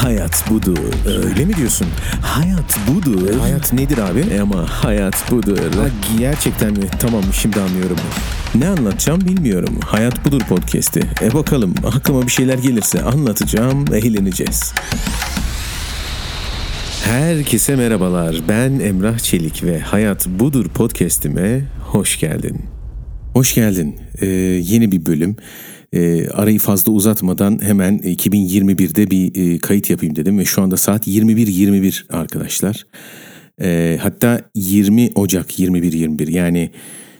Hayat budur. Öyle mi diyorsun? Hayat budur. Hayat nedir abi? Ama hayat budur. Gerçekten mi? Tamam, şimdi anlıyorum. Ne anlatacağım bilmiyorum. Hayat budur podcast'i. Bakalım aklıma bir şeyler gelirse anlatacağım, eğleneceğiz. Herkese merhabalar. Ben Emrah Çelik ve Hayat Budur podcast'ime hoş geldin. Hoş geldin. Yeni bir bölüm. Arayı fazla uzatmadan hemen 2021'de bir kayıt yapayım dedim ve şu anda saat 21.21 arkadaşlar. Hatta 20 Ocak 21 yani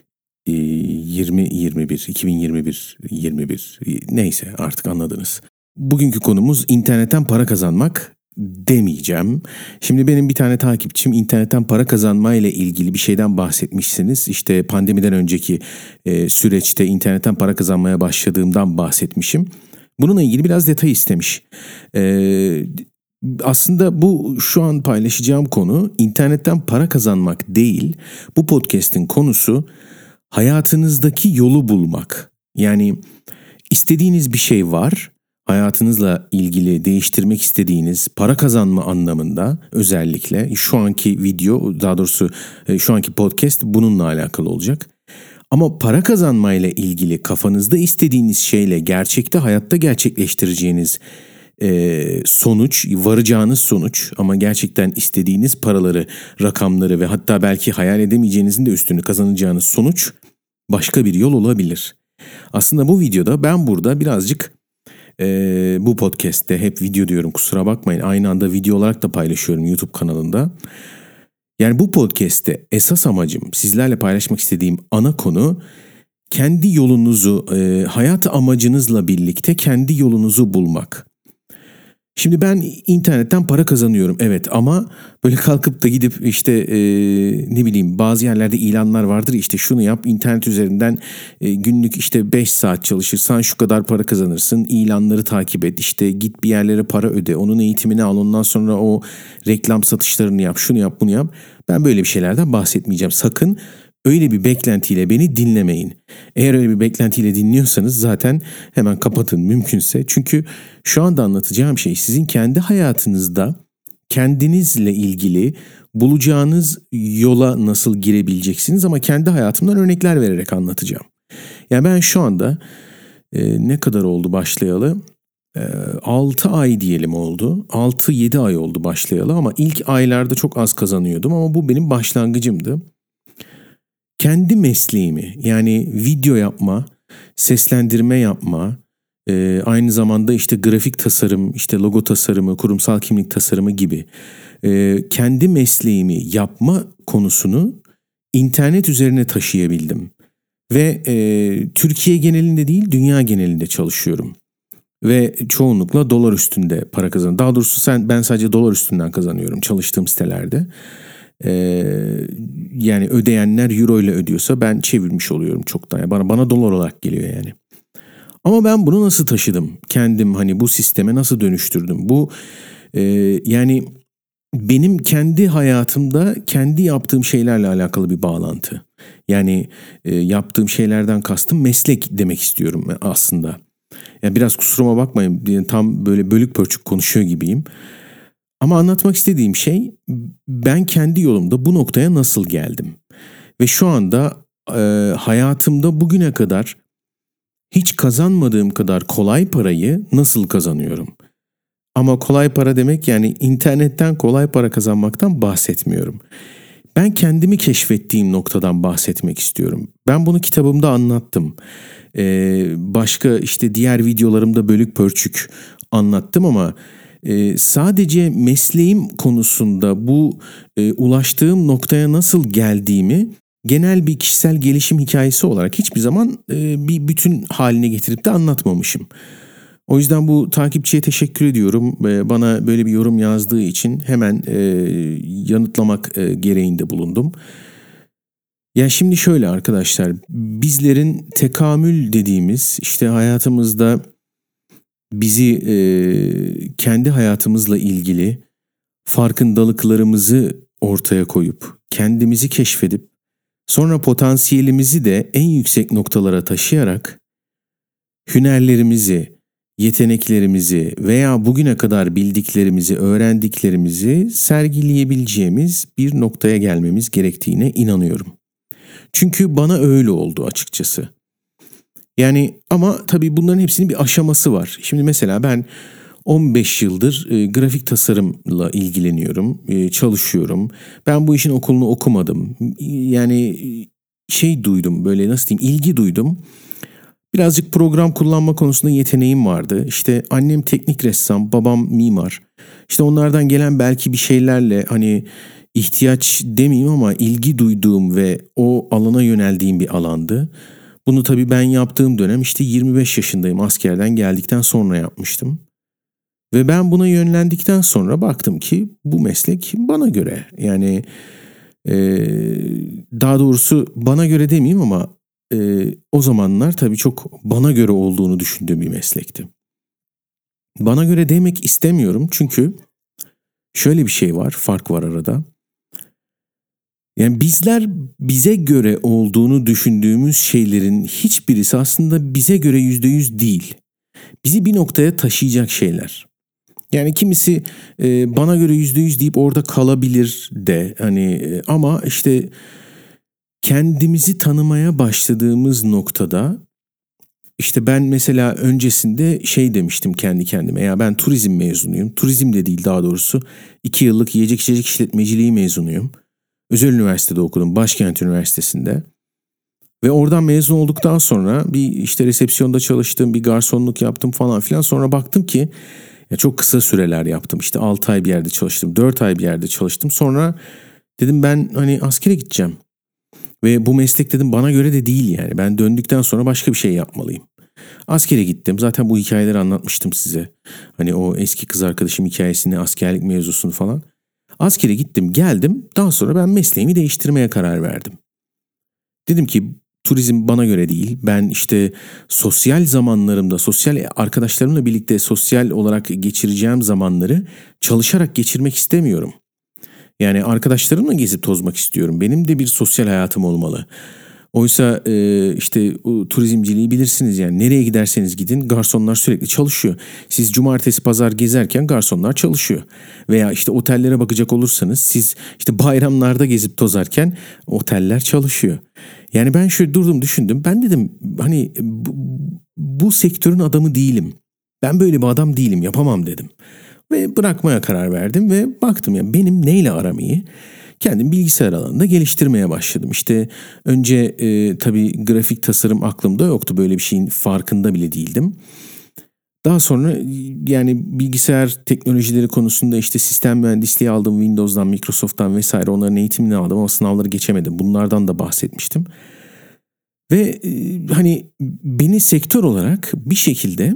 2021 neyse artık anladınız. Bugünkü konumuz internetten para kazanmak demeyeceğim. Şimdi benim bir tane takipçim internetten para kazanmayla ilgili bir şeyden bahsetmişsiniz. İşte pandemiden önceki süreçte internetten para kazanmaya başladığımdan bahsetmişim. Bununla ilgili biraz detay istemiş. Aslında bu şu an paylaşacağım konu internetten para kazanmak değil. Bu podcast'in konusu hayatınızdaki yolu bulmak. Yani istediğiniz bir şey var. Hayatınızla ilgili değiştirmek istediğiniz para kazanma anlamında özellikle şu anki video, daha doğrusu şu anki podcast bununla alakalı olacak. Ama para kazanmayla ilgili kafanızda istediğiniz şeyle gerçekte hayatta gerçekleştireceğiniz sonuç, varacağınız sonuç ama gerçekten istediğiniz paraları, rakamları ve hatta belki hayal edemeyeceğinizin de üstünü kazanacağınız sonuç başka bir yol olabilir. Aslında bu videoda ben burada birazcık bu podcast'te hep video diyorum, kusura bakmayın, aynı anda video olarak da paylaşıyorum YouTube kanalında. Yani bu podcast'te esas amacım, sizlerle paylaşmak istediğim ana konu kendi yolunuzu, hayat amacınızla birlikte kendi yolunuzu bulmak. Şimdi ben internetten para kazanıyorum evet, ama böyle kalkıp da gidip işte ne bileyim bazı yerlerde ilanlar vardır, işte şunu yap, internet üzerinden günlük işte 5 saat çalışırsan şu kadar para kazanırsın, ilanları takip et, işte git bir yerlere para öde, onun eğitimini al, ondan sonra o reklam satışlarını yap, şunu yap, bunu yap. Ben böyle bir şeylerden bahsetmeyeceğim. Sakın öyle bir beklentiyle beni dinlemeyin. Eğer öyle bir beklentiyle dinliyorsanız zaten hemen kapatın mümkünse. Çünkü şu anda anlatacağım şey sizin kendi hayatınızda kendinizle ilgili bulacağınız yola nasıl girebileceksiniz, ama kendi hayatımdan örnekler vererek anlatacağım. Yani ben şu anda ne kadar oldu başlayalı? 6 ay diyelim oldu. 6-7 ay oldu başlayalı, ama ilk aylarda çok az kazanıyordum, ama bu benim başlangıcımdı. Kendi mesleğimi, yani video yapma, seslendirme yapma, aynı zamanda işte grafik tasarım, işte logo tasarımı, kurumsal kimlik tasarımı gibi kendi mesleğimi yapma konusunu internet üzerine taşıyabildim. Ve Türkiye genelinde değil, dünya genelinde çalışıyorum. Ve çoğunlukla dolar üstünde para kazanıyorum. Daha doğrusu ben sadece dolar üstünden kazanıyorum çalıştığım sitelerde. Yani ödeyenler euro ile ödüyorsa ben çevirmiş oluyorum çoktan. Yani bana dolar olarak geliyor yani. Ama ben bunu nasıl taşıdım? Kendim hani bu sisteme nasıl dönüştürdüm? Bu yani benim kendi hayatımda kendi yaptığım şeylerle alakalı bir bağlantı. Yani yaptığım şeylerden kastım meslek demek istiyorum aslında. Yani biraz kusuruma bakmayın, tam böyle bölük pörçük konuşuyor gibiyim. Ama anlatmak istediğim şey, ben kendi yolumda bu noktaya nasıl geldim? Ve şu anda hayatımda bugüne kadar hiç kazanmadığım kadar kolay parayı nasıl kazanıyorum? Ama kolay para demek yani internetten kolay para kazanmaktan bahsetmiyorum. Ben kendimi keşfettiğim noktadan bahsetmek istiyorum. Ben bunu kitabımda anlattım. Başka işte diğer videolarımda bölük pörçük anlattım, ama sadece mesleğim konusunda bu ulaştığım noktaya nasıl geldiğimi genel bir kişisel gelişim hikayesi olarak hiçbir zaman bir bütün haline getirip de anlatmamışım. O yüzden bu takipçiye teşekkür ediyorum. Bana böyle bir yorum yazdığı için hemen yanıtlamak gereğinde bulundum. Ya şimdi şöyle arkadaşlar, bizlerin tekamül dediğimiz işte hayatımızda bizi kendi hayatımızla ilgili farkındalıklarımızı ortaya koyup kendimizi keşfedip sonra potansiyelimizi de en yüksek noktalara taşıyarak hünerlerimizi, yeteneklerimizi veya bugüne kadar bildiklerimizi, öğrendiklerimizi sergileyebileceğimiz bir noktaya gelmemiz gerektiğine inanıyorum. Çünkü bana öyle oldu açıkçası. Yani ama tabii bunların hepsinin bir aşaması var. Şimdi mesela ben 15 yıldır grafik tasarımla ilgileniyorum, çalışıyorum. Ben bu işin okulunu okumadım. Yani duydum, böyle nasıl diyeyim, ilgi duydum. Birazcık program kullanma konusunda yeteneğim vardı. İşte annem teknik ressam, babam mimar. İşte onlardan gelen belki bir şeylerle hani ihtiyaç demeyeyim ama ilgi duyduğum ve o alana yöneldiğim bir alandı. Bunu tabii ben yaptığım dönem işte 25 yaşındayım, askerden geldikten sonra yapmıştım. Ve ben buna yönlendikten sonra baktım ki bu meslek bana göre. Yani daha doğrusu bana göre demeyeyim ama o zamanlar tabii çok bana göre olduğunu düşündüğüm bir meslekti. Bana göre demek istemiyorum çünkü şöyle bir şey var, fark var arada. Yani bizler bize göre olduğunu düşündüğümüz şeylerin hiçbirisi aslında bize göre %100 değil. Bizi bir noktaya taşıyacak şeyler. Yani kimisi bana göre %100 deyip orada kalabilir de hani ama işte kendimizi tanımaya başladığımız noktada işte ben mesela öncesinde demiştim kendi kendime, ya ben turizm mezunuyum. Turizm de değil, daha doğrusu 2 yıllık yiyecek içecek işletmeciliği mezunuyum. Özel üniversitede okudum, Başkent Üniversitesi'nde. Ve oradan mezun olduktan sonra bir işte resepsiyonda çalıştım, bir garsonluk yaptım falan filan. Sonra baktım ki ya çok kısa süreler yaptım. İşte 6 ay bir yerde çalıştım, 4 ay bir yerde çalıştım. Sonra dedim ben hani askere gideceğim. Ve bu meslek dedim bana göre de değil yani. Ben döndükten sonra başka bir şey yapmalıyım. Askere gittim. Zaten bu hikayeleri anlatmıştım size. Hani o eski kız arkadaşım hikayesini, askerlik mevzusunu falan. Askere gittim, geldim. Daha sonra ben mesleğimi değiştirmeye karar verdim. Dedim ki turizm bana göre değil. Ben işte sosyal zamanlarımda, sosyal arkadaşlarımla birlikte sosyal olarak geçireceğim zamanları çalışarak geçirmek istemiyorum. Yani arkadaşlarımla gezip tozmak istiyorum. Benim de bir sosyal hayatım olmalı. Oysa işte o turizmciliği bilirsiniz yani, nereye giderseniz gidin garsonlar sürekli çalışıyor. Siz cumartesi pazar gezerken garsonlar çalışıyor. Veya işte otellere bakacak olursanız siz işte bayramlarda gezip tozarken oteller çalışıyor. Yani ben şöyle durdum düşündüm. Ben dedim hani bu sektörün adamı değilim. Ben böyle bir adam değilim, yapamam dedim. Ve bırakmaya karar verdim ve baktım yani benim neyle aram iyi? Kendim bilgisayar alanında geliştirmeye başladım. İşte önce tabii grafik tasarım aklımda yoktu. Böyle bir şeyin farkında bile değildim. Daha sonra yani bilgisayar teknolojileri konusunda işte sistem mühendisliği aldım. Windows'dan, Microsoft'tan vesaire, onların eğitimini aldım ama sınavları geçemedim. Bunlardan da bahsetmiştim. Ve hani beni sektör olarak bir şekilde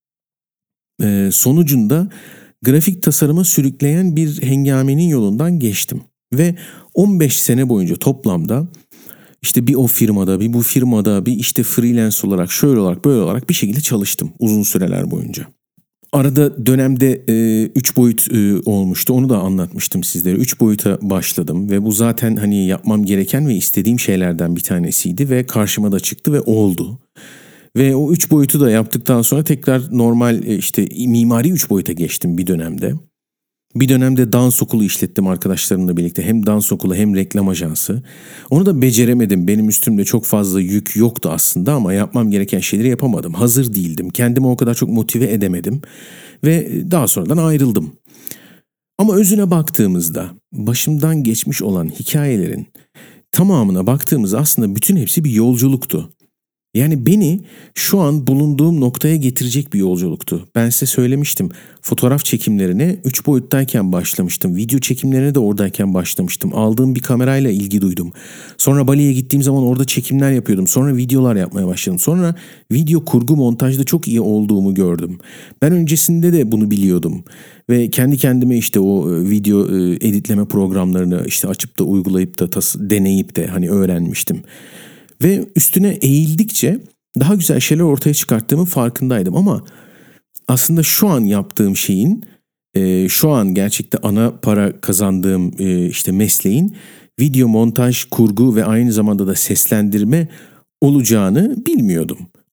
sonucunda grafik tasarıma sürükleyen bir hengamenin yolundan geçtim. Ve 15 sene boyunca toplamda işte bir o firmada, bir bu firmada, bir işte freelance olarak, şöyle olarak, böyle olarak bir şekilde çalıştım uzun süreler boyunca. Arada dönemde 3 boyut olmuştu. Onu da anlatmıştım sizlere. 3 boyuta başladım ve bu zaten hani yapmam gereken ve istediğim şeylerden bir tanesiydi ve karşıma da çıktı ve oldu. Ve o 3 boyutu da yaptıktan sonra tekrar normal işte mimari 3 boyuta geçtim bir dönemde. Bir dönemde dans okulu işlettim arkadaşlarımla birlikte. Hem dans okulu hem reklam ajansı. Onu da beceremedim. Benim üstümde çok fazla yük yoktu aslında ama yapmam gereken şeyleri yapamadım. Hazır değildim. Kendimi o kadar çok motive edemedim. Ve daha sonradan ayrıldım. Ama özüne baktığımızda başımdan geçmiş olan hikayelerin tamamına baktığımızda aslında bütün hepsi bir yolculuktu. Yani beni şu an bulunduğum noktaya getirecek bir yolculuktu. Ben size söylemiştim. Fotoğraf çekimlerine 3 boyuttayken başlamıştım. Video çekimlerine de oradayken başlamıştım. Aldığım bir kamerayla ilgi duydum. Sonra Bali'ye gittiğim zaman orada çekimler yapıyordum. Sonra videolar yapmaya başladım. Sonra video kurgu montajda çok iyi olduğumu gördüm. Ben öncesinde de bunu biliyordum. Ve kendi kendime işte o video editleme programlarını işte açıp da uygulayıp da deneyip de hani öğrenmiştim. Ve üstüne eğildikçe daha güzel şeyler ortaya çıkarttığımın farkındaydım. Ama aslında şu an yaptığım şeyin, şu an gerçekten ana para kazandığım işte mesleğin video montaj, kurgu ve aynı zamanda da seslendirme olacağını bilmiyordum.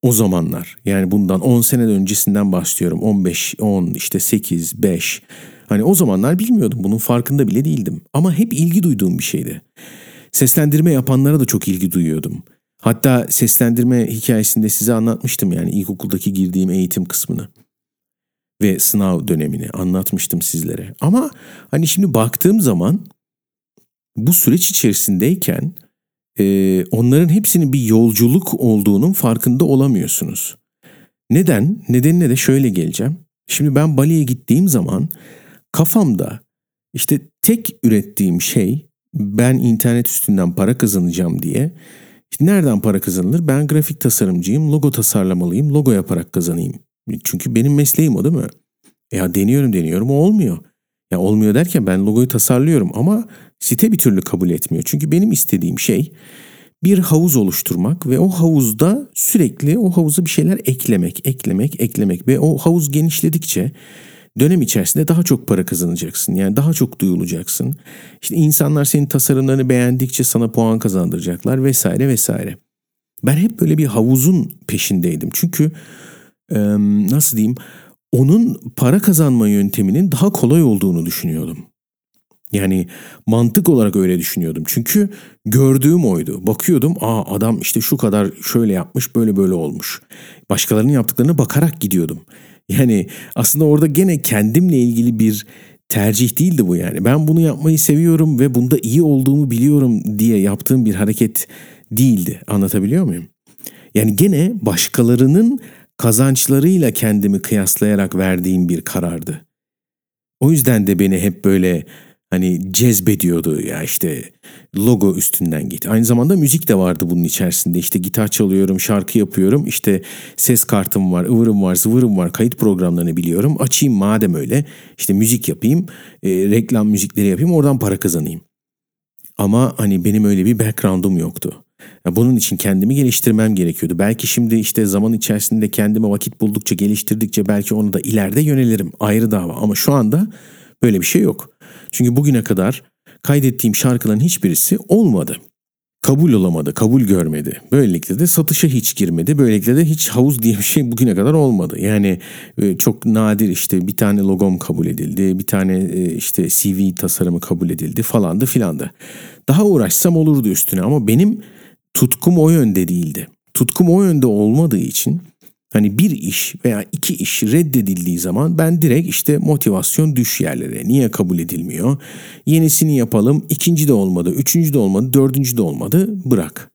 O zamanlar, yani bundan 10 sene öncesinden bahsediyorum. 15, 10, işte 8, 5. Hani o zamanlar bilmiyordum. Bunun farkında bile değildim. Ama hep ilgi duyduğum bir şeydi. Seslendirme yapanlara da çok ilgi duyuyordum. Hatta seslendirme hikayesinde size anlatmıştım, yani ilkokuldaki girdiğim eğitim kısmını ve sınav dönemini anlatmıştım sizlere. Ama hani şimdi baktığım zaman bu süreç içerisindeyken onların hepsinin bir yolculuk olduğunun farkında olamıyorsunuz. Neden? Nedenine de şöyle geleceğim. Şimdi ben Bali'ye gittiğim zaman kafamda işte tek ürettiğim şey, ben internet üstünden para kazanacağım diye. İşte nereden para kazanılır? Ben grafik tasarımcıyım, logo tasarlamalıyım, logo yaparak kazanayım. Çünkü benim mesleğim o, değil mi? Ya deniyorum o olmuyor. Ya olmuyor derken ben logoyu tasarlıyorum ama site bir türlü kabul etmiyor. Çünkü benim istediğim şey bir havuz oluşturmak ve o havuzda sürekli o havuza bir şeyler eklemek ve o havuz genişledikçe dönem içerisinde daha çok para kazanacaksın. Yani daha çok duyulacaksın. İşte insanlar senin tasarımlarını beğendikçe sana puan kazandıracaklar vesaire vesaire. Ben hep böyle bir havuzun peşindeydim. Çünkü nasıl diyeyim, onun para kazanma yönteminin daha kolay olduğunu düşünüyordum. Yani mantık olarak öyle düşünüyordum. Çünkü gördüğüm oydu. Bakıyordum, adam işte şu kadar şöyle yapmış, böyle böyle olmuş. Başkalarının yaptıklarına bakarak gidiyordum. Yani aslında orada gene kendimle ilgili bir tercih değildi bu yani. Ben bunu yapmayı seviyorum ve bunda iyi olduğumu biliyorum diye yaptığım bir hareket değildi. Anlatabiliyor muyum? Yani gene başkalarının kazançlarıyla kendimi kıyaslayarak verdiğim bir karardı. O yüzden de beni hep böyle hani cezbediyordu, ya işte logo üstünden git. Aynı zamanda müzik de vardı bunun içerisinde. İşte gitar çalıyorum, şarkı yapıyorum, işte ses kartım var, ıvırım var, zıvırım var, kayıt programlarını biliyorum. Açayım madem öyle, işte müzik yapayım, reklam müzikleri yapayım, oradan para kazanayım. Ama hani benim öyle bir background'um yoktu. Bunun için kendimi geliştirmem gerekiyordu. Belki şimdi işte zaman içerisinde kendime vakit buldukça, geliştirdikçe belki onu da ileride yönelirim. Ayrı dava, ama şu anda böyle bir şey yok. Çünkü bugüne kadar kaydettiğim şarkıların hiçbirisi olmadı. Kabul olamadı, kabul görmedi. Böylelikle de satışa hiç girmedi. Böylelikle de hiç havuz diye bir şey bugüne kadar olmadı. Yani çok nadir işte bir tane logom kabul edildi, bir tane işte CV tasarımı kabul edildi falandı filandı. Daha uğraşsam olurdu üstüne, ama benim tutkum o yönde değildi. Tutkum o yönde olmadığı için hani bir iş veya iki iş reddedildiği zaman ben direkt işte motivasyon düş yerlere. Niye kabul edilmiyor? Yenisini yapalım. İkinci de olmadı, üçüncü de olmadı, dördüncü de olmadı. Bırak.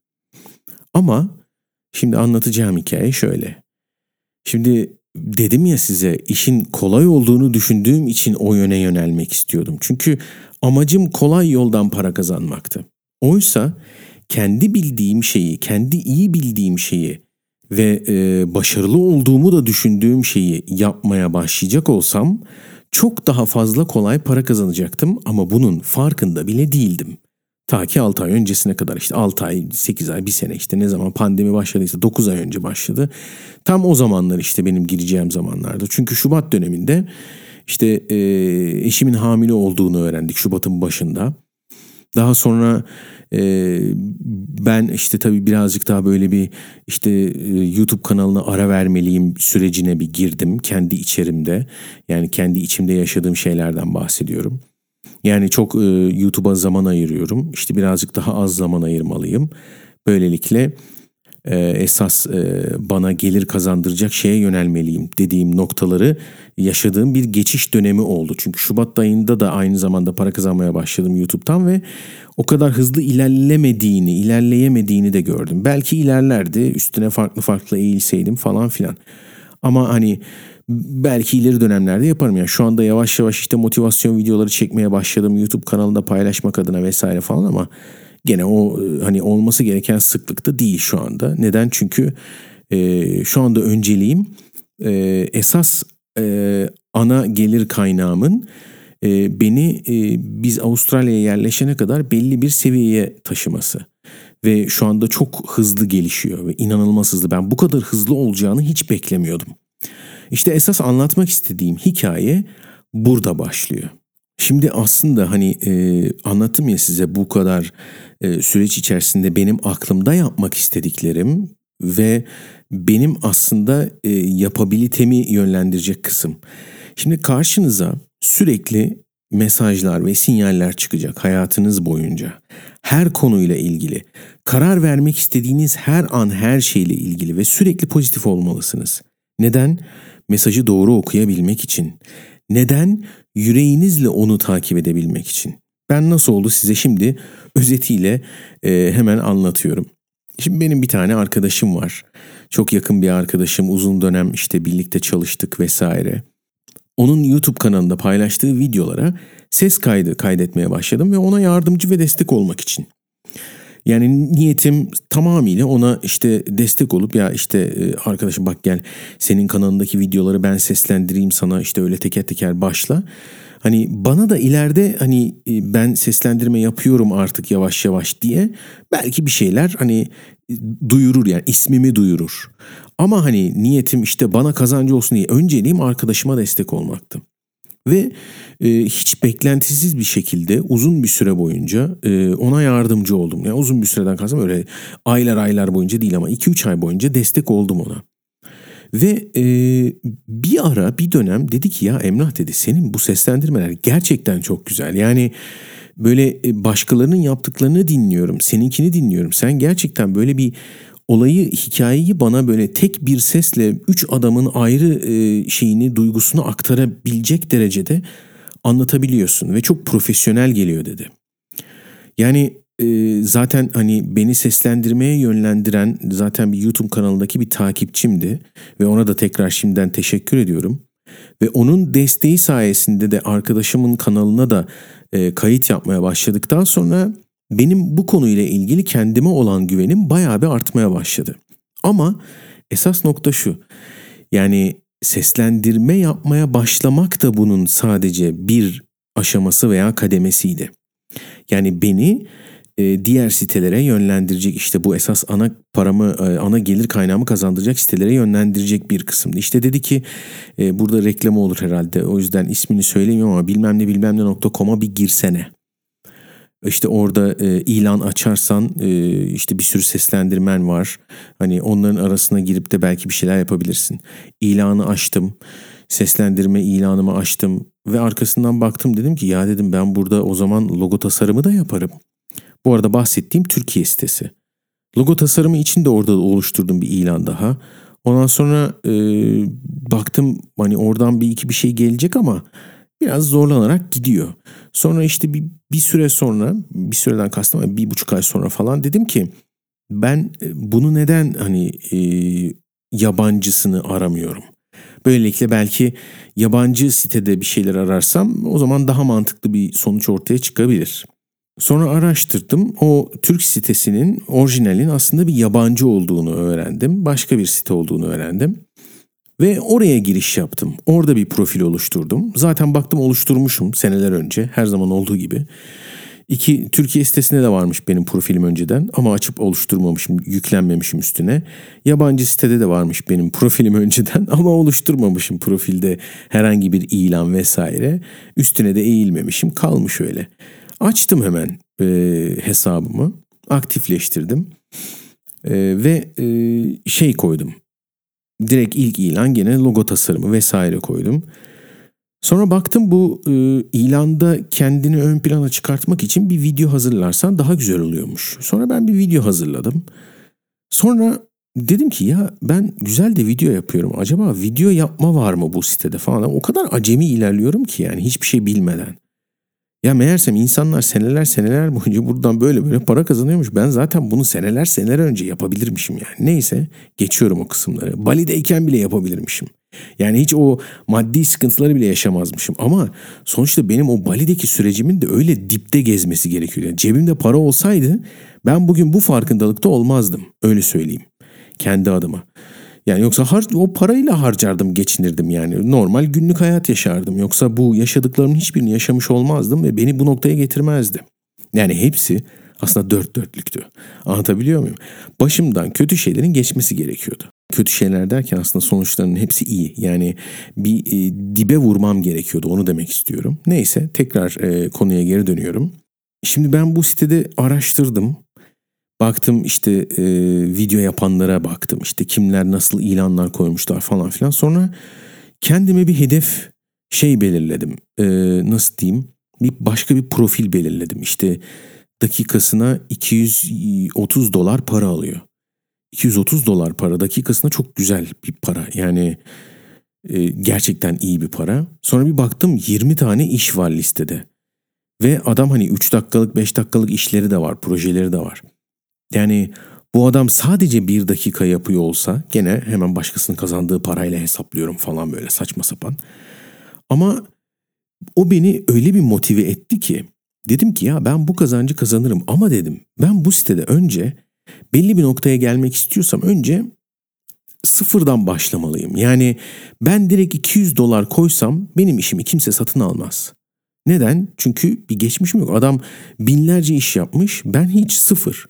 Ama şimdi anlatacağım hikaye şöyle. Şimdi dedim ya size, işin kolay olduğunu düşündüğüm için o yöne yönelmek istiyordum. Çünkü amacım kolay yoldan para kazanmaktı. Oysa kendi bildiğim şeyi, kendi iyi bildiğim şeyi ve başarılı olduğumu da düşündüğüm şeyi yapmaya başlayacak olsam çok daha fazla kolay para kazanacaktım, ama bunun farkında bile değildim. Ta ki 6 ay öncesine kadar, işte 6 ay, 8 ay, bir sene, işte ne zaman pandemi başladıysa 9 ay önce başladı. Tam o zamanlar işte benim gireceğim zamanlardı. Çünkü Şubat döneminde işte eşimin hamile olduğunu öğrendik Şubat'ın başında. Daha sonra ben işte tabii birazcık daha böyle bir işte YouTube kanalına ara vermeliyim sürecine bir girdim kendi içerimde. Yani kendi içimde yaşadığım şeylerden bahsediyorum. Yani çok YouTube'a zaman ayırıyorum. İşte birazcık daha az zaman ayırmalıyım. Böylelikle esas bana gelir kazandıracak şeye yönelmeliyim dediğim noktaları yaşadığım bir geçiş dönemi oldu. Çünkü Şubat ayında da aynı zamanda para kazanmaya başladım YouTube'dan ve o kadar hızlı ilerleyemediğini de gördüm. Belki ilerlerdi, üstüne farklı eğilseydim falan filan. Ama hani belki ileri dönemlerde yaparım. Yani şu anda yavaş yavaş işte motivasyon videoları çekmeye başladım YouTube kanalında paylaşmak adına vesaire falan, ama gene o hani olması gereken sıklıkta değil şu anda. Neden? Çünkü şu anda önceliğim esas ana gelir kaynağımın beni biz Avustralya'ya yerleşene kadar belli bir seviyeye taşıması. Ve şu anda çok hızlı gelişiyor ve inanılmaz hızlı. Ben bu kadar hızlı olacağını hiç beklemiyordum. İşte esas anlatmak istediğim hikaye burada başlıyor. Şimdi aslında hani anlattım ya size, bu kadar süreç içerisinde benim aklımda yapmak istediklerim ve benim aslında yapabilitemi yönlendirecek kısım. Şimdi karşınıza sürekli mesajlar ve sinyaller çıkacak hayatınız boyunca. Her konuyla ilgili, karar vermek istediğiniz her an her şeyle ilgili ve sürekli pozitif olmalısınız. Neden? Mesajı doğru okuyabilmek için. Neden? Yüreğinizle onu takip edebilmek için. Ben nasıl oldu size şimdi özetiyle hemen anlatıyorum. Şimdi benim bir tane arkadaşım var. Çok yakın bir arkadaşım. Uzun dönem işte birlikte çalıştık vesaire. Onun YouTube kanalında paylaştığı videolara ses kaydı kaydetmeye başladım ve ona yardımcı ve destek olmak için. Yani niyetim tamamıyla ona işte destek olup ya işte arkadaşım bak gel senin kanalındaki videoları ben seslendireyim sana işte öyle teker teker başla. Hani bana da ileride hani ben seslendirme yapıyorum artık yavaş yavaş diye belki bir şeyler hani duyurur yani ismimi duyurur. Ama hani niyetim işte bana kazancı olsun diye önceliğim arkadaşıma destek olmaktı. Ve hiç beklentisiz bir şekilde uzun bir süre boyunca ona yardımcı oldum. Yani uzun bir süreden kastım öyle aylar boyunca değil ama 2-3 ay boyunca destek oldum ona. Ve bir dönem dedi ki ya Emrah dedi senin bu seslendirmeler gerçekten çok güzel. Yani böyle başkalarının yaptıklarını dinliyorum, seninkini dinliyorum. Sen gerçekten böyle bir olayı, hikayeyi bana böyle tek bir sesle 3 adamın ayrı şeyini, duygusunu aktarabilecek derecede anlatabiliyorsun ve çok profesyonel geliyor dedi. Yani zaten hani beni seslendirmeye yönlendiren zaten bir YouTube kanalındaki bir takipçimdi ve ona da tekrar şimdiden teşekkür ediyorum. Ve onun desteği sayesinde de arkadaşımın kanalına da kayıt yapmaya başladıktan sonra benim bu konuyla ilgili kendime olan güvenim bayağı bir artmaya başladı. Ama esas nokta şu. Yani seslendirme yapmaya başlamak da bunun sadece bir aşaması veya kademesiydi. Yani beni diğer sitelere yönlendirecek işte bu esas ana paramı, ana gelir kaynağımı kazandıracak sitelere yönlendirecek bir kısımdı. İşte dedi ki burada reklamı olur herhalde o yüzden ismini söylemiyorum ama bilmem ne.com'a bir girsene. İşte orada ilan açarsan işte bir sürü seslendirmen var. Hani onların arasına girip de belki bir şeyler yapabilirsin. İlanı açtım. Seslendirme ilanımı açtım. Ve arkasından baktım dedim ki ya dedim ben burada o zaman logo tasarımı da yaparım. Bu arada bahsettiğim Türkiye sitesi. Logo tasarımı için de orada oluşturdum bir ilan daha. Ondan sonra baktım hani oradan bir şey gelecek ama biraz zorlanarak gidiyor. Sonra işte bir süre sonra, bir süreden kastım 1,5 ay sonra falan dedim ki ben bunu neden hani yabancısını aramıyorum. Böylelikle belki yabancı sitede bir şeyler ararsam o zaman daha mantıklı bir sonuç ortaya çıkabilir. Sonra araştırdım. O Türk sitesinin orijinalin aslında bir yabancı olduğunu öğrendim. Başka bir site olduğunu öğrendim. Ve oraya giriş yaptım. Orada bir profil oluşturdum. Zaten baktım oluşturmuşum seneler önce. Her zaman olduğu gibi. Türkiye sitesinde de varmış benim profilim önceden. Ama açıp oluşturmamışım, yüklenmemişim üstüne. Yabancı sitede de varmış benim profilim önceden. Ama oluşturmamışım profilde herhangi bir ilan vesaire. Üstüne de eğilmemişim. Kalmış öyle. Açtım hemen hesabımı. Aktifleştirdim. Ve şey koydum. Direkt ilk ilan gene logo tasarımı vesaire koydum. Sonra baktım bu ilanda kendini ön plana çıkartmak için bir video hazırlarsan daha güzel oluyormuş. Sonra ben bir video hazırladım. Sonra dedim ki ya ben güzel de video yapıyorum. Acaba video yapma var mı bu sitede falan. O kadar acemi ilerliyorum ki yani hiçbir şey bilmeden. Ya meğersem insanlar seneler boyunca buradan böyle para kazanıyormuş. Ben zaten bunu seneler önce yapabilirmişim yani. Neyse geçiyorum o kısımları. Bali'deyken bile yapabilirmişim. Yani hiç o maddi sıkıntıları bile yaşamazmışım. Ama sonuçta benim o Bali'deki sürecimin de öyle dipte gezmesi gerekiyor. Yani cebimde para olsaydı ben bugün bu farkındalıkta olmazdım. Öyle söyleyeyim kendi adıma. Yani yoksa o parayla harcardım, geçinirdim yani. Normal günlük hayat yaşardım. Yoksa bu yaşadıklarımın hiçbirini yaşamış olmazdım ve beni bu noktaya getirmezdi. Yani hepsi aslında dört dörtlüktü. Anlatabiliyor muyum? Başımdan kötü şeylerin geçmesi gerekiyordu. Kötü şeyler derken aslında sonuçlarının hepsi iyi. Yani bir dibe vurmam gerekiyordu, onu demek istiyorum. Neyse tekrar konuya geri dönüyorum. Şimdi ben bu sitede araştırdım. Baktım işte video yapanlara baktım. İşte kimler nasıl ilanlar koymuşlar falan filan. Sonra kendime bir hedef belirledim. Nasıl diyeyim? Başka bir profil belirledim. İşte dakikasına $230 para alıyor. $230 para dakikasına çok güzel bir para. Yani gerçekten iyi bir para. Sonra bir baktım 20 tane iş var listede. Ve adam hani 3 dakikalık 5 dakikalık işleri de var, projeleri de var. Yani bu adam sadece 1 dakika yapıyor olsa gene hemen başkasının kazandığı parayla hesaplıyorum falan böyle saçma sapan. Ama o beni öyle bir motive etti ki dedim ki ya ben bu kazancı kazanırım ama dedim ben bu sitede önce belli bir noktaya gelmek istiyorsam önce sıfırdan başlamalıyım. Yani ben direkt $200 koysam benim işimi kimse satın almaz. Neden? Çünkü bir geçmişim yok. Adam binlerce iş yapmış, ben hiç sıfır.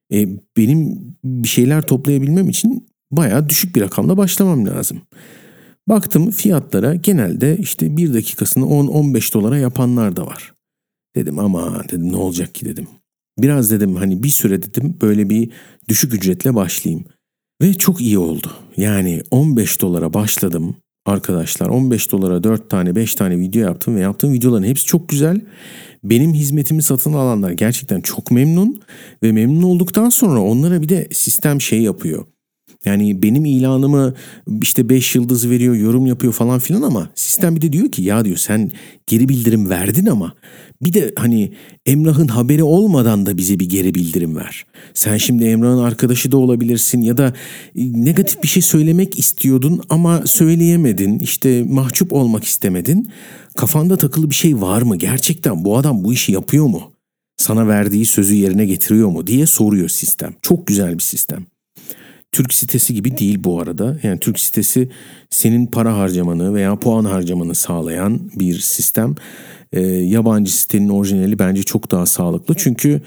Benim bir şeyler toplayabilmem için bayağı düşük bir rakamla başlamam lazım. Baktım fiyatlara genelde işte 1 dakikasını $10-15 yapanlar da var. Dedim ama dedim ne olacak ki dedim. Biraz dedim hani bir süre dedim böyle bir düşük ücretle başlayayım. Ve çok iyi oldu. Yani $15 başladım arkadaşlar. $15 4 tane 5 tane video yaptım ve yaptığım videoların hepsi çok güzel. Benim hizmetimi satın alanlar gerçekten çok memnun ve memnun olduktan sonra onlara bir de sistem yapıyor. Yani benim ilanımı işte 5 yıldız veriyor, yorum yapıyor falan filan ama sistem bir de diyor ki ya diyor sen geri bildirim verdin ama bir de hani Emrah'ın haberi olmadan da bize bir geri bildirim ver. Sen şimdi Emrah'ın arkadaşı da olabilirsin ya da negatif bir şey söylemek istiyordun ama söyleyemedin. İşte mahcup olmak istemedin. Kafanda takılı bir şey var mı? Gerçekten bu adam bu işi yapıyor mu? Sana verdiği sözü yerine getiriyor mu diye soruyor sistem. Çok güzel bir sistem. Türk sitesi gibi değil bu arada. Yani Türk sitesi senin para harcamanı veya puan harcamanı sağlayan bir sistem. Yabancı sitenin orijinali bence çok daha sağlıklı. Çünkü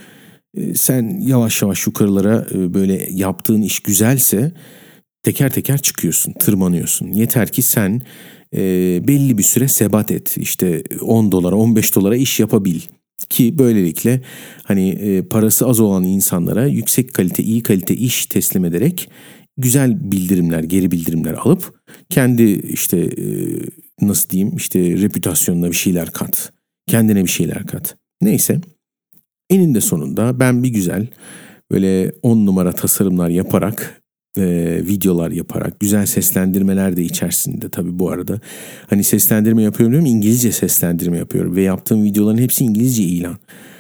sen yavaş yavaş yukarılara böyle yaptığın iş güzelse teker teker çıkıyorsun, tırmanıyorsun. Yeter ki sen belli bir süre sebat et. İşte $10, $15 iş yapabil. Ki böylelikle hani parası az olan insanlara yüksek kalite, iyi kalite iş teslim ederek güzel bildirimler, geri bildirimler alıp kendi işte nasıl diyeyim işte reputasyonuna bir şeyler kat. Kendine bir şeyler kat. Neyse eninde sonunda ben bir güzel böyle 10 numara tasarımlar yaparak videolar yaparak güzel seslendirmeler de içerisinde tabii bu arada. Hani seslendirme yapıyorum diyorum İngilizce seslendirme yapıyorum ve yaptığım videoların hepsi İngilizce ilan.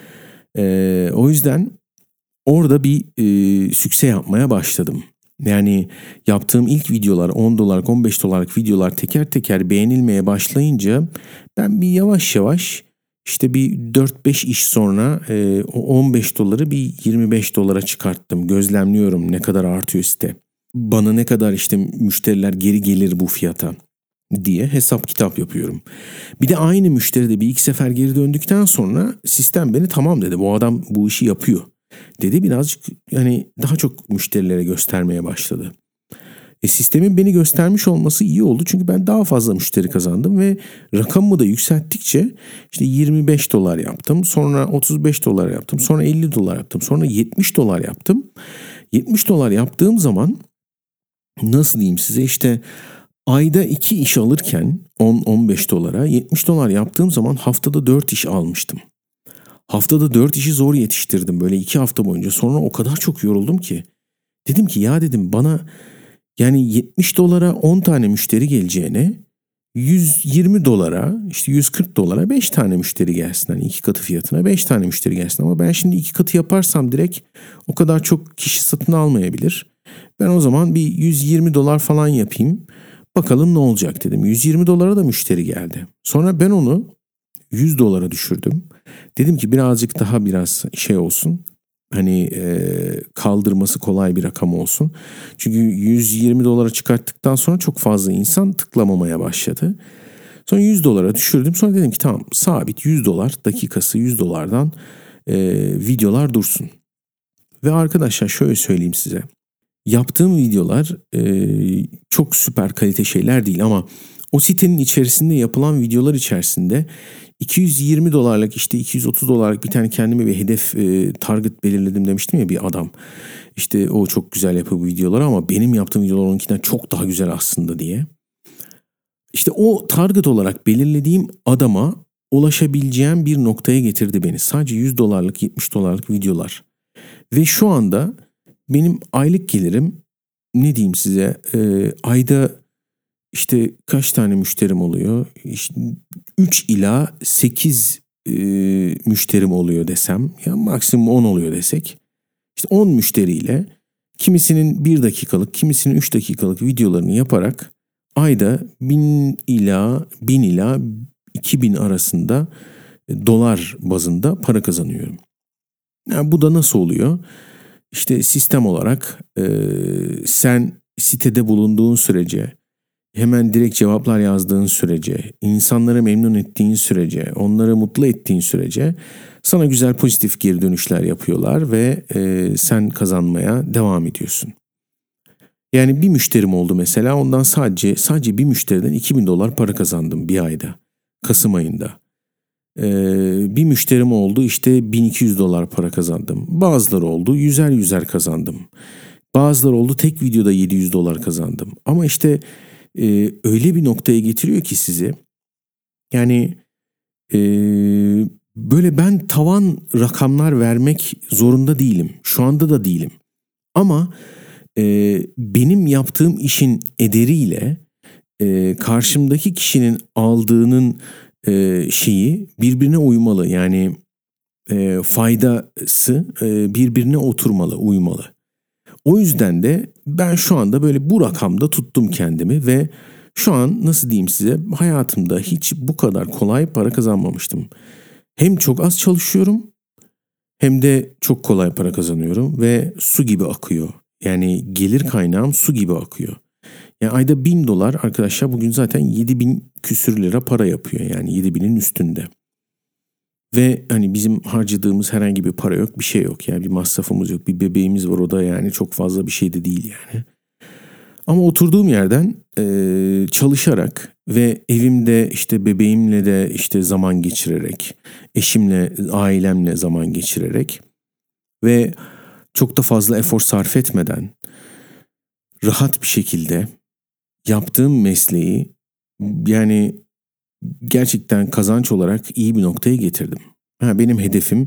O yüzden orada bir sükse yapmaya başladım. Yani yaptığım ilk videolar $10, $15 videolar teker teker beğenilmeye başlayınca ben bir yavaş yavaş işte bir 4-5 iş sonra o $15 bir $25 çıkarttım. Gözlemliyorum ne kadar artıyor site. Bana ne kadar işte müşteriler geri gelir bu fiyata diye hesap kitap yapıyorum. Bir de aynı müşteri de bir iki sefer geri döndükten sonra sistem beni tamam dedi. Bu adam bu işi yapıyor dedi. Birazcık yani daha çok müşterilere göstermeye başladı. Sistemin beni göstermiş olması iyi oldu. Çünkü ben daha fazla müşteri kazandım ve rakamımı da yükselttikçe işte $25 yaptım. Sonra $35 yaptım. Sonra $50 yaptım. Sonra $70 yaptım. $70 yaptığım zaman nasıl diyeyim size işte ayda 2 iş alırken $10-15 $70 yaptığım zaman haftada 4 iş almıştım. Haftada 4 işi zor yetiştirdim böyle 2 hafta boyunca. Sonra o kadar çok yoruldum ki. Dedim ki ya dedim bana yani $70 10 tane müşteri geleceğine $120 işte $140 5 tane müşteri gelsin. Hani 2 katı fiyatına 5 tane müşteri gelsin. Ama ben şimdi 2 katı yaparsam direkt o kadar çok kişi satın almayabilir. Ben o zaman bir $120 falan yapayım. Bakalım ne olacak dedim. $120 da müşteri geldi. Sonra ben onu $100 düşürdüm. Dedim ki birazcık daha biraz olsun. Hani kaldırması kolay bir rakam olsun. Çünkü $120 çıkarttıktan sonra çok fazla insan tıklamamaya başladı. Sonra $100 düşürdüm. Sonra dedim ki tamam sabit $100 dakikası $100'dan videolar dursun. Ve arkadaşlar şöyle söyleyeyim size. Yaptığım videolar çok süper kalite şeyler değil ama O sitenin içerisinde yapılan videolar içerisinde $220 işte $230 bir tane kendime bir hedef target belirledim demiştim ya bir adam. İşte o çok güzel yapıyor bu videoları ama benim yaptığım videolar onunkinden çok daha güzel aslında diye. İşte o target olarak belirlediğim adama ulaşabileceğim bir noktaya getirdi beni. Sadece $100, $70 videolar. Ve şu anda benim aylık gelirim ne diyeyim size ayda işte kaç tane müşterim oluyor? İşte 3 ila 8 müşterim oluyor desem ya maksimum 10 oluyor desek. İşte 10 müşteriyle kimisinin 1 dakikalık kimisinin 3 dakikalık videolarını yaparak ayda 1000 ila 2000 arasında dolar bazında para kazanıyorum. Yani bu da nasıl oluyor? İşte sistem olarak sen sitede bulunduğun sürece, hemen direkt cevaplar yazdığın sürece, insanları memnun ettiğin sürece, onları mutlu ettiğin sürece sana güzel pozitif geri dönüşler yapıyorlar ve sen kazanmaya devam ediyorsun. Yani bir müşterim oldu mesela ondan sadece bir müşteriden $2000 para kazandım bir ayda, Kasım ayında. Bir müşterim oldu işte $1200 para kazandım. Bazıları oldu yüzer kazandım. Bazıları oldu tek videoda $700 kazandım. Ama işte öyle bir noktaya getiriyor ki sizi. Yani böyle ben tavan rakamlar vermek zorunda değilim. Şu anda da değilim. Ama benim yaptığım işin ederiyle karşımdaki kişinin aldığının şeyi birbirine uymalı. Yani faydası birbirine oturmalı, uymalı. O yüzden de ben şu anda böyle bu rakamda tuttum kendimi ve şu an nasıl diyeyim size hayatımda hiç bu kadar kolay para kazanmamıştım. Hem çok az çalışıyorum hem de çok kolay para kazanıyorum ve su gibi akıyor. Yani gelir kaynağım su gibi akıyor. Yani ayda $1000 arkadaşlar bugün zaten 7000 küsür lira para yapıyor yani 7000'in üstünde. Ve hani bizim harcadığımız herhangi bir para yok, bir şey yok. Yani bir masrafımız yok, bir bebeğimiz var o da yani çok fazla bir şey de değil yani. Ama oturduğum yerden çalışarak ve evimde işte bebeğimle de işte zaman geçirerek, eşimle, ailemle zaman geçirerek ve çok da fazla efor sarf etmeden rahat bir şekilde yaptığım mesleği yani gerçekten kazanç olarak iyi bir noktaya getirdim. Benim hedefim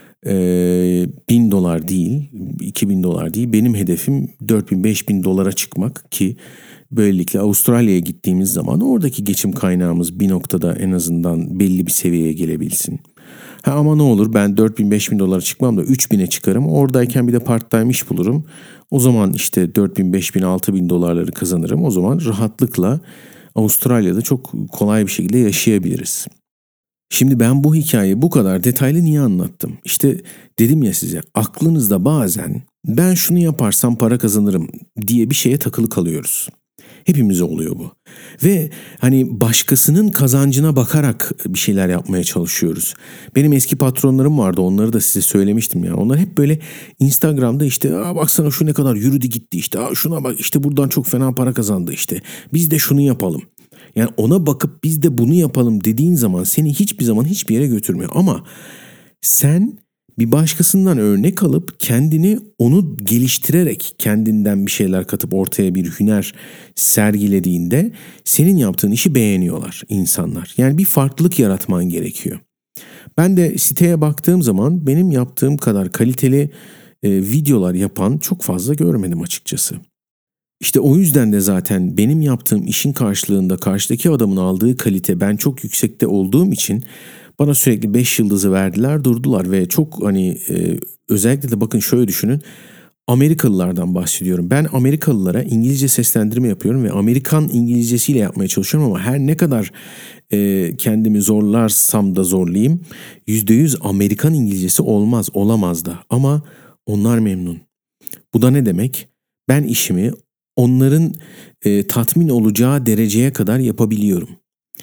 $1000 değil, $2000 değil. Benim hedefim $4000-5000 çıkmak ki böylelikle Avustralya'ya gittiğimiz zaman oradaki geçim kaynağımız bir noktada en azından belli bir seviyeye gelebilsin. Ama ne olur ben $4000-5000 çıkmam da 3000'e çıkarım. Oradayken bir de part-time iş bulurum. O zaman işte $4000-5000-6000 kazanırım. O zaman rahatlıkla Avustralya'da çok kolay bir şekilde yaşayabiliriz. Şimdi ben bu hikayeyi bu kadar detaylı niye anlattım? İşte dedim ya size aklınızda bazen ben şunu yaparsam para kazanırım diye bir şeye takılı kalıyoruz. Hepimize oluyor bu. Ve hani başkasının kazancına bakarak bir şeyler yapmaya çalışıyoruz. Benim eski patronlarım vardı onları da size söylemiştim ya. Onlar hep böyle Instagram'da işte baksana şu ne kadar yürüdü gitti işte şuna bak işte buradan çok fena para kazandı işte. Biz de şunu yapalım. Yani ona bakıp biz de bunu yapalım dediğin zaman seni hiçbir zaman hiçbir yere götürmüyor. Ama sen bir başkasından örnek alıp kendini onu geliştirerek kendinden bir şeyler katıp ortaya bir hüner sergilediğinde senin yaptığın işi beğeniyorlar insanlar. Yani bir farklılık yaratman gerekiyor. Ben de siteye baktığım zaman benim yaptığım kadar kaliteli videolar yapan çok fazla görmedim açıkçası. İşte o yüzden de zaten benim yaptığım işin karşılığında karşıdaki adamın aldığı kalite ben çok yüksekte olduğum için bana sürekli 5 yıldızı verdiler durdular ve çok hani özellikle de bakın şöyle düşünün Amerikalılardan bahsediyorum. Ben Amerikalılara İngilizce seslendirme yapıyorum ve Amerikan İngilizcesiyle yapmaya çalışıyorum ama her ne kadar kendimi zorlarsam da zorlayayım %100 Amerikan İngilizcesi olamaz da ama onlar memnun. Bu da ne demek? Ben işimi onların tatmin olacağı dereceye kadar yapabiliyorum.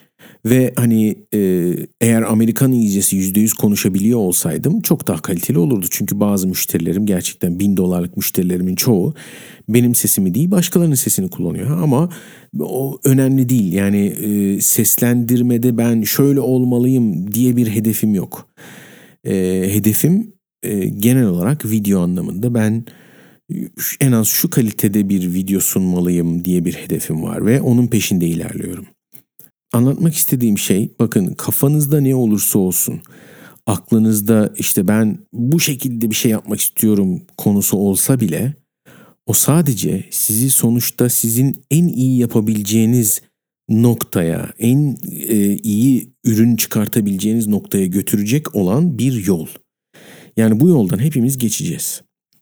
Ve hani eğer Amerikan İngilizcesi %100 konuşabiliyor olsaydım çok daha kaliteli olurdu. Çünkü bazı müşterilerim, gerçekten $1000 müşterilerimin çoğu benim sesimi değil başkalarının sesini kullanıyor. Ama o önemli değil. Yani seslendirmede ben şöyle olmalıyım diye bir hedefim yok. Hedefim genel olarak video anlamında ben en az şu kalitede bir video sunmalıyım diye bir hedefim var ve onun peşinde ilerliyorum. Anlatmak istediğim şey, bakın, kafanızda ne olursa olsun, aklınızda işte ben bu şekilde bir şey yapmak istiyorum konusu olsa bile o sadece sizi sonuçta sizin en iyi yapabileceğiniz noktaya, en iyi ürün çıkartabileceğiniz noktaya götürecek olan bir yol. Yani bu yoldan hepimiz geçeceğiz.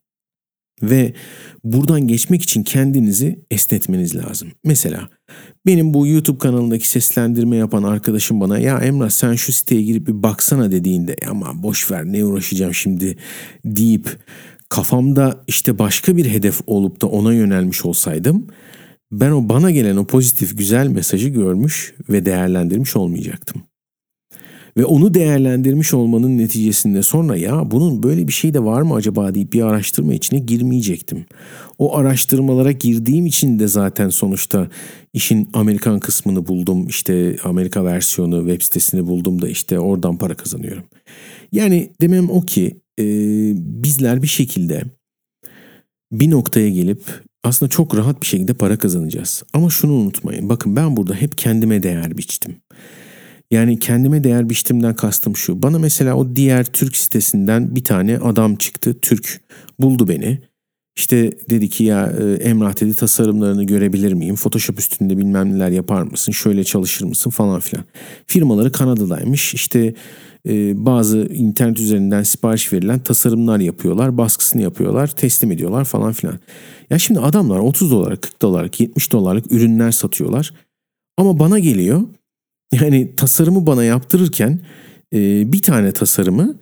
Ve buradan geçmek için kendinizi esnetmeniz lazım. Mesela benim bu YouTube kanalındaki seslendirme yapan arkadaşım bana "Ya Emrah, sen şu siteye girip bir baksana" dediğinde "Ama boş ver, ne uğraşacağım şimdi" deyip kafamda işte başka bir hedef olup da ona yönelmiş olsaydım, ben o bana gelen o pozitif güzel mesajı görmüş ve değerlendirmiş olmayacaktım. Ve onu değerlendirmiş olmanın neticesinde sonra "Ya bunun böyle bir şey de var mı acaba" deyip bir araştırma içine girmeyecektim. O araştırmalara girdiğim için de zaten sonuçta işin Amerikan kısmını buldum. İşte Amerika versiyonu web sitesini buldum da işte oradan para kazanıyorum. Yani demem o ki bizler bir şekilde bir noktaya gelip aslında çok rahat bir şekilde para kazanacağız. Ama şunu unutmayın. Bakın, ben burada hep kendime değer biçtim. Yani kendime değer biçtimden kastım şu. Bana mesela o diğer Türk sitesinden bir tane adam çıktı. Türk buldu beni. İşte dedi ki "Ya Emrah" dedi, "tasarımlarını görebilir miyim? Photoshop üstünde bilmem neler yapar mısın? Şöyle çalışır mısın?" falan filan. Firmaları Kanada'daymış. İşte bazı internet üzerinden sipariş verilen tasarımlar yapıyorlar. Baskısını yapıyorlar. Teslim ediyorlar falan filan. Ya şimdi adamlar $30, $40, $70 ürünler satıyorlar. Ama bana geliyor. Yani tasarımı bana yaptırırken bir tane tasarımı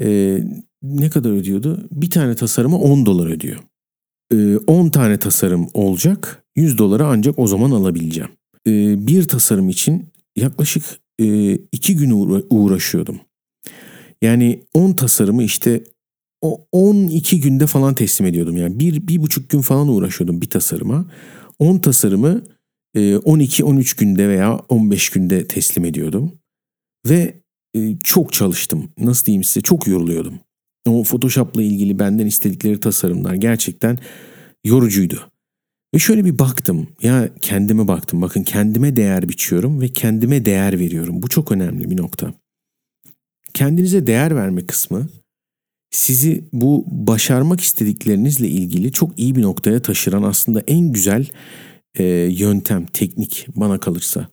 ne kadar ödüyordu? Bir tane tasarıma $10 ödüyor. 10 tane tasarım olacak, $100 ancak o zaman alabileceğim. Bir tasarım için yaklaşık 2 gün uğraşıyordum. Yani 10 tasarımı işte o 12 günde falan teslim ediyordum. Yani bir buçuk gün falan uğraşıyordum bir tasarıma. 10 tasarımı 12-13 günde veya 15 günde teslim ediyordum. Ve çok çalıştım. Nasıl diyeyim size, çok yoruluyordum. O Photoshop'la ilgili benden istedikleri tasarımlar gerçekten yorucuydu. Ve şöyle bir baktım. Ya kendime baktım. Bakın, kendime değer biçiyorum ve kendime değer veriyorum. Bu çok önemli bir nokta. Kendinize değer verme kısmı sizi bu başarmak istediklerinizle ilgili çok iyi bir noktaya taşıran aslında en güzel yöntem, teknik bana kalırsa.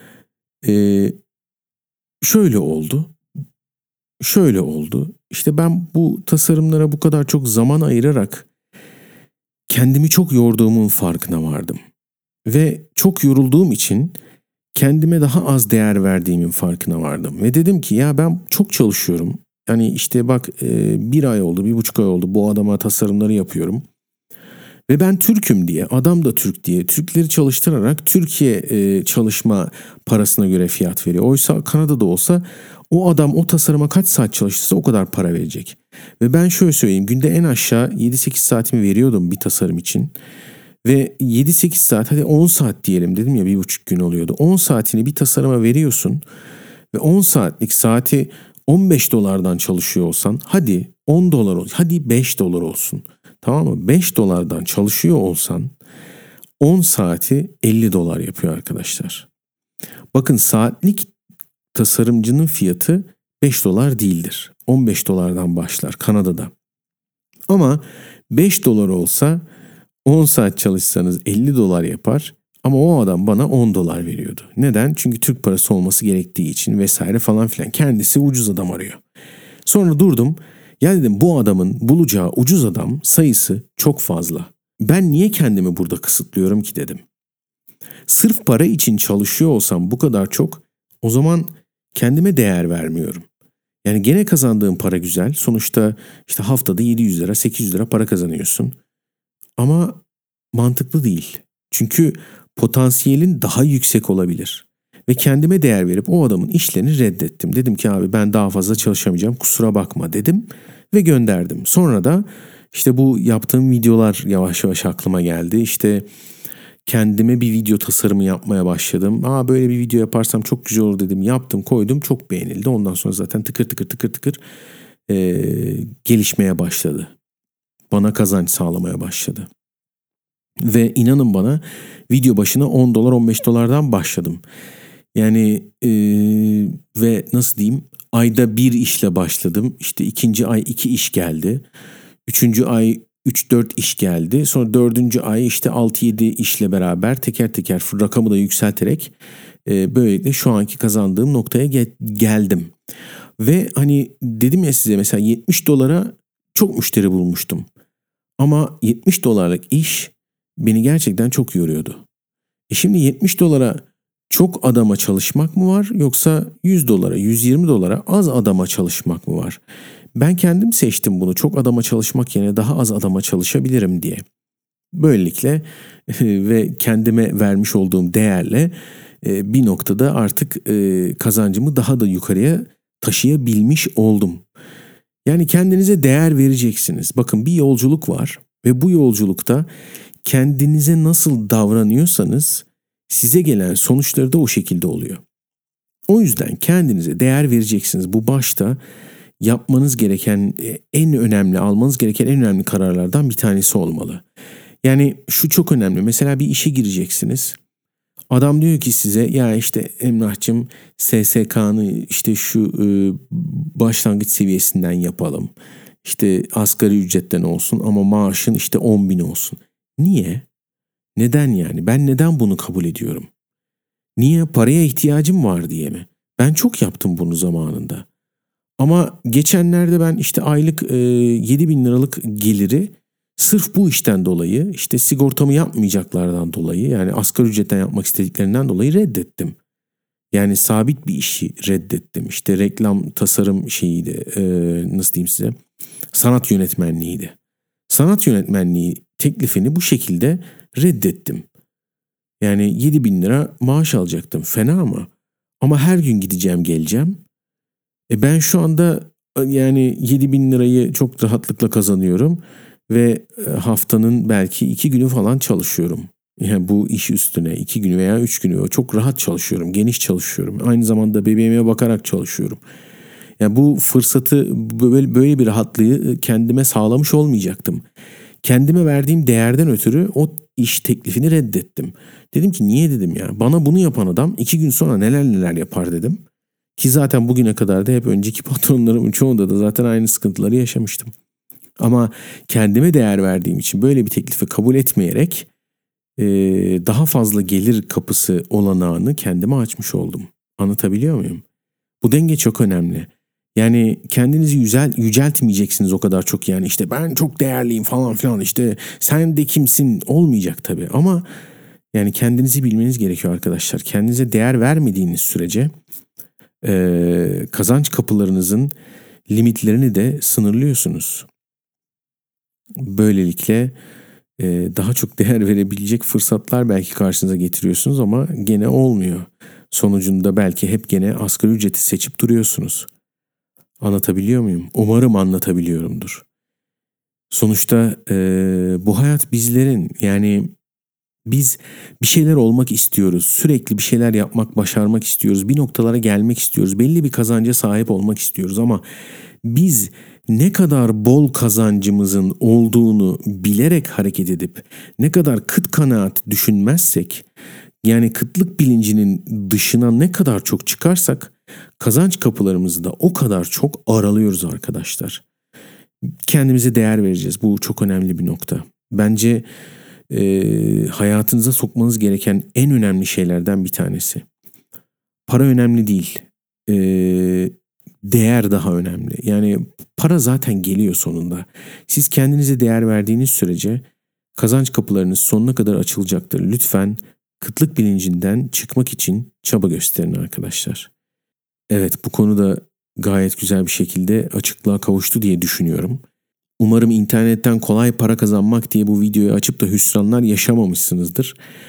Şöyle oldu. Şöyle oldu. İşte ben bu tasarımlara bu kadar çok zaman ayırarak kendimi çok yorduğumun farkına vardım. Ve çok yorulduğum için kendime daha az değer verdiğimin farkına vardım. Ve dedim ki ya ben çok çalışıyorum. Yani işte bak, 1 ay oldu, 1,5 ay oldu bu adama tasarımları yapıyorum. Ve ben Türk'üm diye, adam da Türk diye, Türkleri çalıştırarak Türkiye çalışma parasına göre fiyat veriyor. Oysa Kanada'da olsa o adam o tasarıma kaç saat çalışırsa o kadar para verecek. Ve ben şöyle söyleyeyim, günde en aşağı 7-8 saatimi veriyordum bir tasarım için. Ve 7-8 saat, hadi 10 saat diyelim, dedim ya 1,5 gün oluyordu. 10 saatini bir tasarıma veriyorsun ve 10 saatlik saati $15'dan çalışıyor olsan, hadi $10 olsun, hadi $5 olsun. Tamam mı? $5'dan çalışıyor olsan 10 saati $50 yapıyor arkadaşlar. Bakın, saatlik tasarımcının fiyatı $5 değildir. $15'dan başlar Kanada'da. Ama $5 olsa 10 saat çalışsanız $50 yapar ama o adam bana $10 veriyordu. Neden? Çünkü Türk parası olması gerektiği için vesaire falan filan. Kendisi ucuz adam arıyor. Sonra durdum. Ya dedim, bu adamın bulacağı ucuz adam sayısı çok fazla. Ben niye kendimi burada kısıtlıyorum ki dedim. Sırf para için çalışıyor olsam bu kadar çok, o zaman kendime değer vermiyorum. Yani gene kazandığım para güzel. Sonuçta işte haftada $700, $800 para kazanıyorsun. Ama mantıklı değil. Çünkü potansiyelin daha yüksek olabilir. Ve kendime değer verip o adamın işlerini reddettim. Dedim ki abi ben daha fazla çalışamayacağım, kusura bakma dedim ve gönderdim. Sonra da işte bu yaptığım videolar yavaş yavaş aklıma geldi. İşte kendime bir video tasarımı yapmaya başladım. Böyle bir video yaparsam çok güzel olur dedim. Yaptım, koydum, çok beğenildi. Ondan sonra zaten tıkır tıkır gelişmeye başladı. Bana kazanç sağlamaya başladı. Ve inanın bana video başına $10 $15'dan başladım. Yani ve nasıl diyeyim, ayda bir işle başladım. İşte ikinci ay 2 iş geldi. Üçüncü ay 3-4 iş geldi. Sonra dördüncü ay işte 6-7 işle beraber teker teker rakamı da yükselterek böylelikle şu anki kazandığım noktaya geldim. Ve hani dedim ya size, mesela $70 çok müşteri bulmuştum. Ama $70 iş beni gerçekten çok yoruyordu. Şimdi $70 çok adama çalışmak mı var, yoksa $100, $120 az adama çalışmak mı var? Ben kendim seçtim bunu. Çok adama çalışmak yerine daha az adama çalışabilirim diye. Böylelikle ve kendime vermiş olduğum değerle bir noktada artık kazancımı daha da yukarıya taşıyabilmiş oldum. Yani kendinize değer vereceksiniz. Bakın, bir yolculuk var ve bu yolculukta kendinize nasıl davranıyorsanız size gelen sonuçları da o şekilde oluyor. O yüzden kendinize değer vereceksiniz. Bu başta yapmanız gereken almanız gereken en önemli kararlardan bir tanesi olmalı. Yani şu çok önemli. Mesela bir işe gireceksiniz. Adam diyor ki size, ya işte Emrah'cığım SSK'nı işte şu başlangıç seviyesinden yapalım. İşte asgari ücretten olsun ama maaşın işte 10.000 olsun. Niye? Neden yani? Ben neden bunu kabul ediyorum? Niye? Paraya ihtiyacım var diye mi? Ben çok yaptım bunu zamanında. Ama geçenlerde ben işte aylık 7.000 liralık geliri sırf bu işten dolayı, işte sigortamı yapmayacaklardan dolayı, yani asgari ücretten yapmak istediklerinden dolayı reddettim. Yani sabit bir işi reddettim. İşte reklam tasarım şeyiydi, nasıl diyeyim size, sanat yönetmenliğiydi. Sanat yönetmenliği teklifini bu şekilde reddettim. Yani 7.000 lira maaş alacaktım, fena mı? Ama her gün gideceğim geleceğim. Ben şu anda yani 7.000 lirayı çok rahatlıkla kazanıyorum ve haftanın belki 2 günü falan çalışıyorum. Yani bu iş üstüne 2 günü veya 3 günü çok rahat çalışıyorum, geniş çalışıyorum. Aynı zamanda bebeğime bakarak çalışıyorum. Yani bu fırsatı, böyle bir rahatlığı kendime sağlamış olmayacaktım. Kendime verdiğim değerden ötürü o iş teklifini reddettim. Dedim ki niye dedim ya, bana bunu yapan adam 2 gün sonra neler neler yapar dedim. Ki zaten bugüne kadar da hep önceki patronlarımın çoğunda da zaten aynı sıkıntıları yaşamıştım. Ama kendime değer verdiğim için böyle bir teklifi kabul etmeyerek daha fazla gelir kapısı olanağını kendime açmış oldum. Anlatabiliyor muyum? Bu denge çok önemli. Yani kendinizi yüceltmeyeceksiniz o kadar çok, yani işte ben çok değerliyim falan filan, işte sen de kimsin olmayacak tabii, ama yani kendinizi bilmeniz gerekiyor arkadaşlar. Kendinize değer vermediğiniz sürece kazanç kapılarınızın limitlerini de sınırlıyorsunuz. Böylelikle daha çok değer verebilecek fırsatlar belki karşınıza getiriyorsunuz ama gene olmuyor. Sonucunda belki hep gene asgari ücreti seçip duruyorsunuz. Anlatabiliyor muyum? Umarım anlatabiliyorumdur. Sonuçta bu hayat bizlerin, yani biz bir şeyler olmak istiyoruz. Sürekli bir şeyler yapmak, başarmak istiyoruz. Bir noktalara gelmek istiyoruz. Belli bir kazanca sahip olmak istiyoruz ama biz ne kadar bol kazancımızın olduğunu bilerek hareket edip ne kadar kıt kanaat düşünmezsek, yani kıtlık bilincinin dışına ne kadar çok çıkarsak kazanç kapılarımızı da o kadar çok aralıyoruz arkadaşlar. Kendimize değer vereceğiz. Bu çok önemli bir nokta. Bence hayatınıza sokmanız gereken en önemli şeylerden bir tanesi. Para önemli değil. Değer daha önemli. Yani para zaten geliyor sonunda. Siz kendinize değer verdiğiniz sürece kazanç kapılarınız sonuna kadar açılacaktır. Lütfen kıtlık bilincinden çıkmak için çaba gösterin arkadaşlar. Evet, bu konuda gayet güzel bir şekilde açıklığa kavuştu diye düşünüyorum. Umarım internetten kolay para kazanmak diye bu videoyu açıp da hüsranlar yaşamamışsınızdır.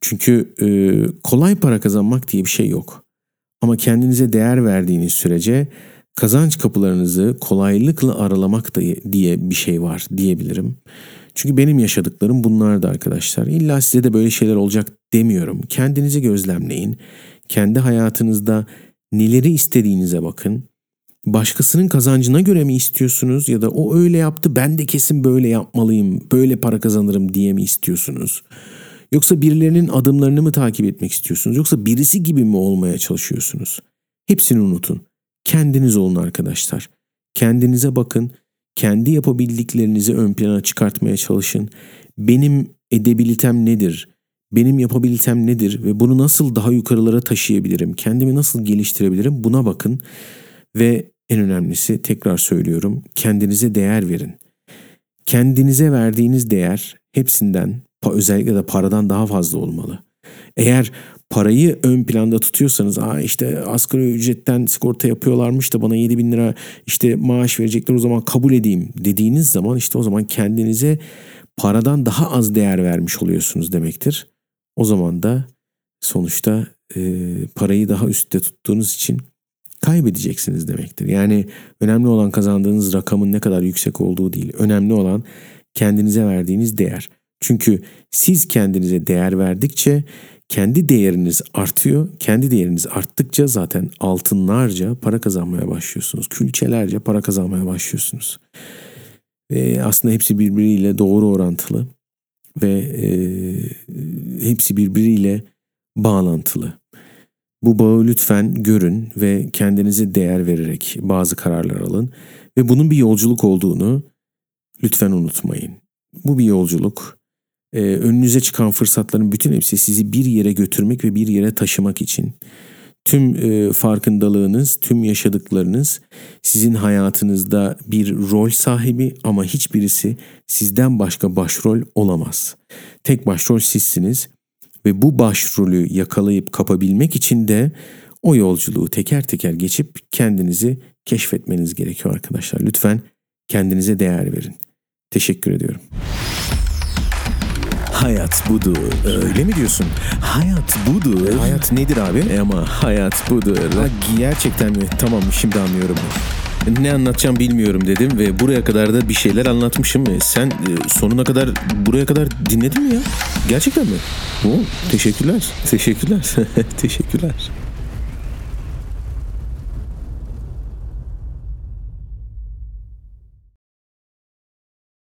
Çünkü kolay para kazanmak diye bir şey yok. Ama kendinize değer verdiğiniz sürece kazanç kapılarınızı kolaylıkla aralamak da diye bir şey var diyebilirim. Çünkü benim yaşadıklarım bunlardı arkadaşlar. İlla size de böyle şeyler olacak demiyorum. Kendinizi gözlemleyin. Kendi hayatınızda neleri istediğinize bakın. Başkasının kazancına göre mi istiyorsunuz ya da o öyle yaptı ben de kesin böyle yapmalıyım, böyle para kazanırım diye mi istiyorsunuz? Yoksa birilerinin adımlarını mı takip etmek istiyorsunuz? Yoksa birisi gibi mi olmaya çalışıyorsunuz? Hepsini unutun. Kendiniz olun arkadaşlar. Kendinize bakın. Kendi yapabildiklerinizi ön plana çıkartmaya çalışın. Benim edebilitem nedir? Benim yapabilitem nedir? Ve bunu nasıl daha yukarılara taşıyabilirim? Kendimi nasıl geliştirebilirim? Buna bakın. Ve en önemlisi tekrar söylüyorum. Kendinize değer verin. Kendinize verdiğiniz değer hepsinden özellikle de paradan daha fazla olmalı. Eğer parayı ön planda tutuyorsanız işte asgari ücretten sigorta yapıyorlarmış da bana 7.000 lira işte maaş verecekler o zaman kabul edeyim dediğiniz zaman işte o zaman kendinize paradan daha az değer vermiş oluyorsunuz demektir. O zaman da sonuçta parayı daha üstte tuttuğunuz için kaybedeceksiniz demektir. Yani önemli olan kazandığınız rakamın ne kadar yüksek olduğu değil. Önemli olan kendinize verdiğiniz değer. Çünkü siz kendinize değer verdikçe kendi değeriniz artıyor. Kendi değeriniz arttıkça zaten altınlarca para kazanmaya başlıyorsunuz. Külçelerce para kazanmaya başlıyorsunuz. Aslında hepsi birbiriyle doğru orantılı ve hepsi birbiriyle bağlantılı. Bu bağı lütfen görün ve kendinize değer vererek bazı kararlar alın. Ve bunun bir yolculuk olduğunu lütfen unutmayın. Bu bir yolculuk. Önünüze çıkan fırsatların bütün hepsi sizi bir yere götürmek ve bir yere taşımak için. Tüm farkındalığınız, tüm yaşadıklarınız sizin hayatınızda bir rol sahibi ama hiçbirisi sizden başka başrol olamaz. Tek başrol sizsiniz. Ve bu başrolü yakalayıp kapabilmek için de o yolculuğu teker teker geçip kendinizi keşfetmeniz gerekiyor arkadaşlar. Lütfen kendinize değer verin. Teşekkür ediyorum. Hayat budur. Öyle mi diyorsun? Hayat budur. Hayat nedir abi? Ama hayat budur. Gerçekten mi? Tamam şimdi anlıyorum. Ne anlatacağım bilmiyorum dedim ve buraya kadar da bir şeyler anlatmışım. Sen sonuna kadar buraya kadar dinledin mi ya? Gerçekten mi? Teşekkürler. Teşekkürler.